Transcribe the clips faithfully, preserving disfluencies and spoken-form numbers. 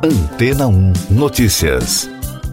Antena um Notícias.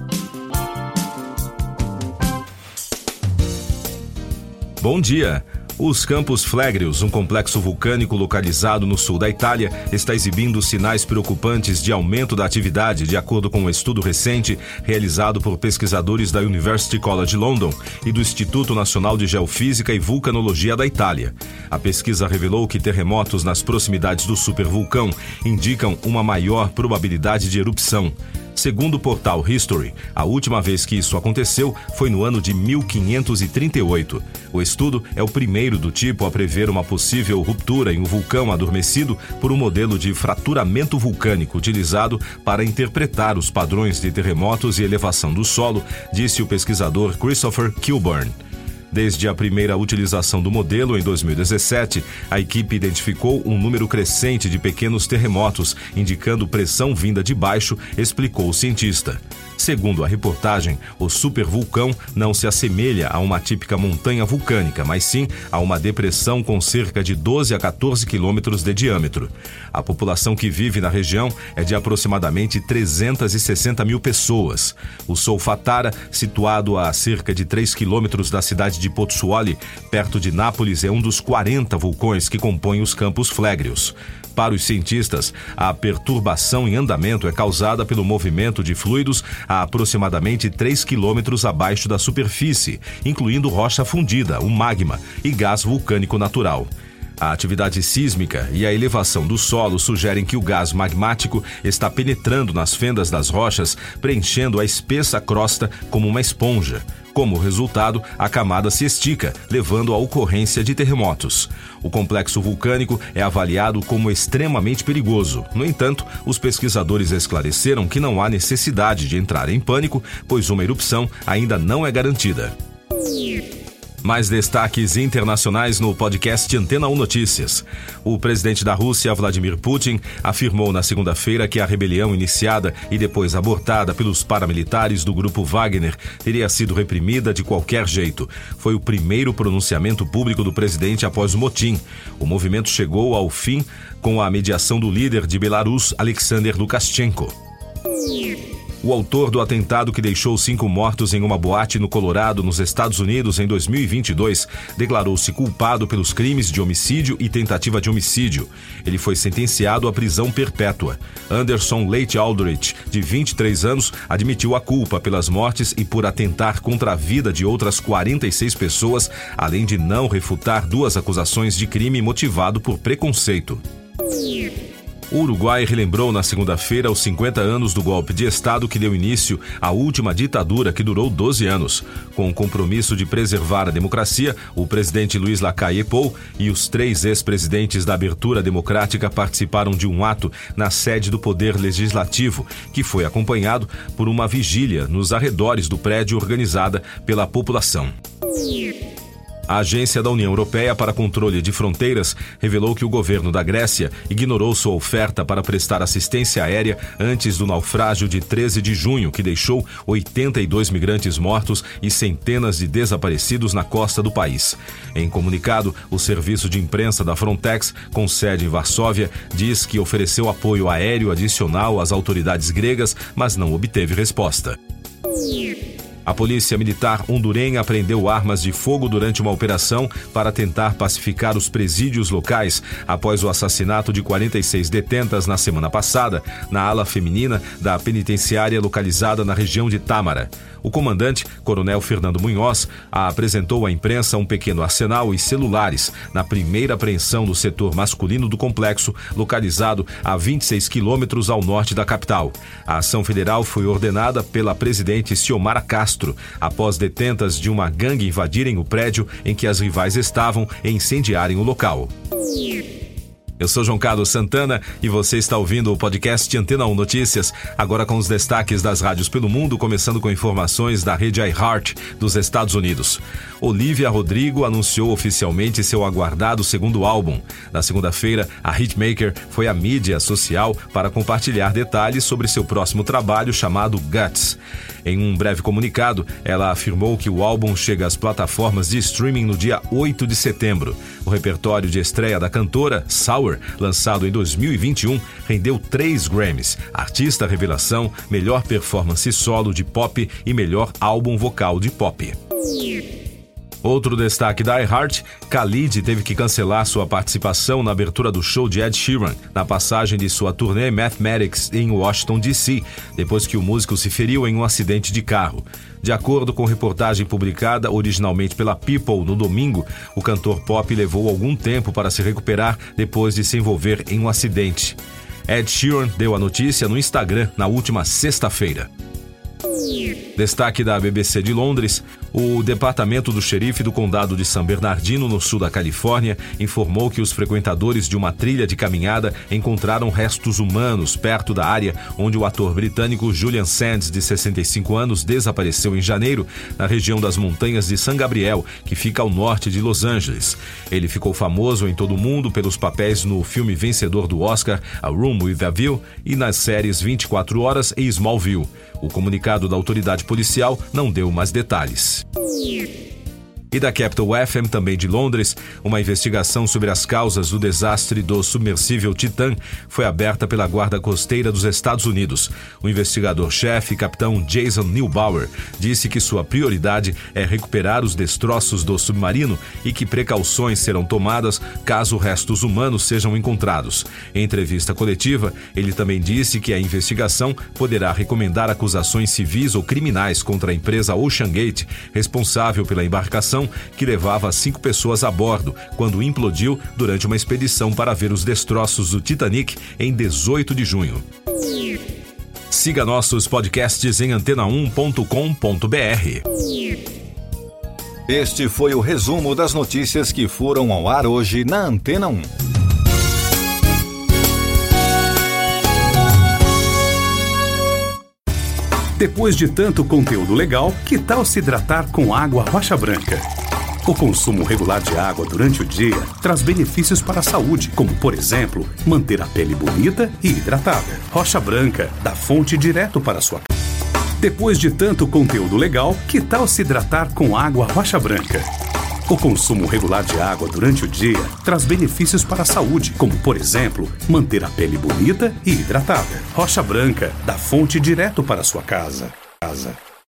Bom dia! Os Campos Flegreus, um complexo vulcânico localizado no sul da Itália, está exibindo sinais preocupantes de aumento da atividade, de acordo com um estudo recente realizado por pesquisadores da University College London e do Instituto Nacional de Geofísica e Vulcanologia da Itália. A pesquisa revelou que terremotos nas proximidades do supervulcão indicam uma maior probabilidade de erupção. Segundo o portal History, a última vez que isso aconteceu foi no ano de mil quinhentos e trinta e oito. O estudo é o primeiro do tipo a prever uma possível ruptura em um vulcão adormecido por um modelo de fraturamento vulcânico utilizado para interpretar os padrões de terremotos e elevação do solo, disse o pesquisador Christopher Kilburn. Desde a primeira utilização do modelo, em dois mil e dezessete, a equipe identificou um número crescente de pequenos terremotos, indicando pressão vinda de baixo, explicou o cientista. Segundo a reportagem, o supervulcão não se assemelha a uma típica montanha vulcânica, mas sim a uma depressão com cerca de doze a quatorze quilômetros de diâmetro. A população que vive na região é de aproximadamente trezentas e sessenta mil pessoas. O Solfatara, situado a cerca de três quilômetros da cidade de Pozzuoli, perto de Nápoles, é um dos quarenta vulcões que compõem os Campos Flegreus. Para os cientistas, a perturbação em andamento é causada pelo movimento de fluidos a aproximadamente três quilômetros abaixo da superfície, incluindo rocha fundida, o magma e gás vulcânico natural. A atividade sísmica e a elevação do solo sugerem que o gás magmático está penetrando nas fendas das rochas, preenchendo a espessa crosta como uma esponja. Como resultado, a camada se estica, levando à ocorrência de terremotos. O complexo vulcânico é avaliado como extremamente perigoso. No entanto, os pesquisadores esclareceram que não há necessidade de entrar em pânico, pois uma erupção ainda não é garantida. Mais destaques internacionais no podcast Antena um Notícias. O presidente da Rússia, Vladimir Putin, afirmou na segunda-feira que a rebelião iniciada e depois abortada pelos paramilitares do grupo Wagner teria sido reprimida de qualquer jeito. Foi o primeiro pronunciamento público do presidente após o motim. O movimento chegou ao fim com a mediação do líder de Belarus, Alexander Lukashenko. O autor do atentado que deixou cinco mortos em uma boate no Colorado, nos Estados Unidos, em dois mil e vinte e dois, declarou-se culpado pelos crimes de homicídio e tentativa de homicídio. Ele foi sentenciado à prisão perpétua. Anderson Leite Aldrich, de vinte e três anos, admitiu a culpa pelas mortes e por atentar contra a vida de outras quarenta e seis pessoas, além de não refutar duas acusações de crime motivado por preconceito. O Uruguai relembrou na segunda-feira os cinquenta anos do golpe de Estado que deu início à última ditadura, que durou doze anos. Com o compromisso de preservar a democracia, o presidente Luiz Lacalle Pou e os três ex-presidentes da Abertura Democrática participaram de um ato na sede do Poder Legislativo, que foi acompanhado por uma vigília nos arredores do prédio organizada pela população. A Agência da União Europeia para Controle de Fronteiras revelou que o governo da Grécia ignorou sua oferta para prestar assistência aérea antes do naufrágio de treze de junho, que deixou oitenta e dois migrantes mortos e centenas de desaparecidos na costa do país. Em comunicado, o serviço de imprensa da Frontex, com sede em Varsóvia, diz que ofereceu apoio aéreo adicional às autoridades gregas, mas não obteve resposta. A polícia militar hondurenha apreendeu armas de fogo durante uma operação para tentar pacificar os presídios locais após o assassinato de quarenta e seis detentas na semana passada, na ala feminina da penitenciária localizada na região de Tâmara. O comandante, coronel Fernando Munhoz, apresentou à imprensa um pequeno arsenal e celulares na primeira apreensão do setor masculino do complexo, localizado a vinte e seis quilômetros ao norte da capital. A ação federal foi ordenada pela presidente Xiomara Castro, após detentas de uma gangue invadirem o prédio em que as rivais estavam e incendiarem o local. Eu sou João Carlos Santana e você está ouvindo o podcast Antena um Notícias, agora com os destaques das rádios pelo mundo, começando com informações da rede iHeart dos Estados Unidos. Olivia Rodrigo anunciou oficialmente seu aguardado segundo álbum. Na segunda-feira, a hitmaker foi à mídia social para compartilhar detalhes sobre seu próximo trabalho chamado Guts. Em um breve comunicado, ela afirmou que o álbum chega às plataformas de streaming no dia oito de setembro. O repertório de estreia da cantora, Sour, lançado em dois mil e vinte e um, rendeu três Grammys: Artista Revelação, Melhor Performance Solo de Pop e Melhor Álbum Vocal de Pop. Outro destaque da iHeart, Khalid teve que cancelar sua participação na abertura do show de Ed Sheeran, na passagem de sua turnê Mathematics em Washington, D C, depois que o músico se feriu em um acidente de carro. De acordo com reportagem publicada originalmente pela People no domingo, o cantor pop levou algum tempo para se recuperar depois de se envolver em um acidente. Ed Sheeran deu a notícia no Instagram na última sexta-feira. Destaque da B B C de Londres, o Departamento do Xerife do Condado de San Bernardino, no sul da Califórnia, informou que os frequentadores de uma trilha de caminhada encontraram restos humanos perto da área onde o ator britânico Julian Sands, de sessenta e cinco anos, desapareceu em janeiro, na região das montanhas de San Gabriel, que fica ao norte de Los Angeles. Ele ficou famoso em todo o mundo pelos papéis no filme vencedor do Oscar, A Room with a View, e nas séries vinte e quatro horas e Smallville. O comunicado da autoridade policial não deu mais detalhes. E da Capital F M, também de Londres, uma investigação sobre as causas do desastre do submersível Titan foi aberta pela Guarda Costeira dos Estados Unidos. O investigador-chefe, capitão Jason Neubauer, disse que sua prioridade é recuperar os destroços do submarino e que precauções serão tomadas caso restos humanos sejam encontrados. Em entrevista coletiva, ele também disse que a investigação poderá recomendar acusações civis ou criminais contra a empresa OceanGate, responsável pela embarcação que levava cinco pessoas a bordo, quando implodiu durante uma expedição para ver os destroços do Titanic em dezoito de junho. Siga nossos podcasts em antena um ponto com ponto b r. Este foi o resumo das notícias que foram ao ar hoje na Antena um. Depois de tanto conteúdo legal, que tal se hidratar com água Rocha Branca? O consumo regular de água durante o dia traz benefícios para a saúde, como, por exemplo, manter a pele bonita e hidratada. Rocha Branca, da fonte direto para a sua casa. Depois de tanto conteúdo legal, que tal se hidratar com água Rocha Branca? O consumo regular de água durante o dia traz benefícios para a saúde, como, por exemplo, manter a pele bonita e hidratada. Rocha Branca, da fonte direto para a sua casa. casa.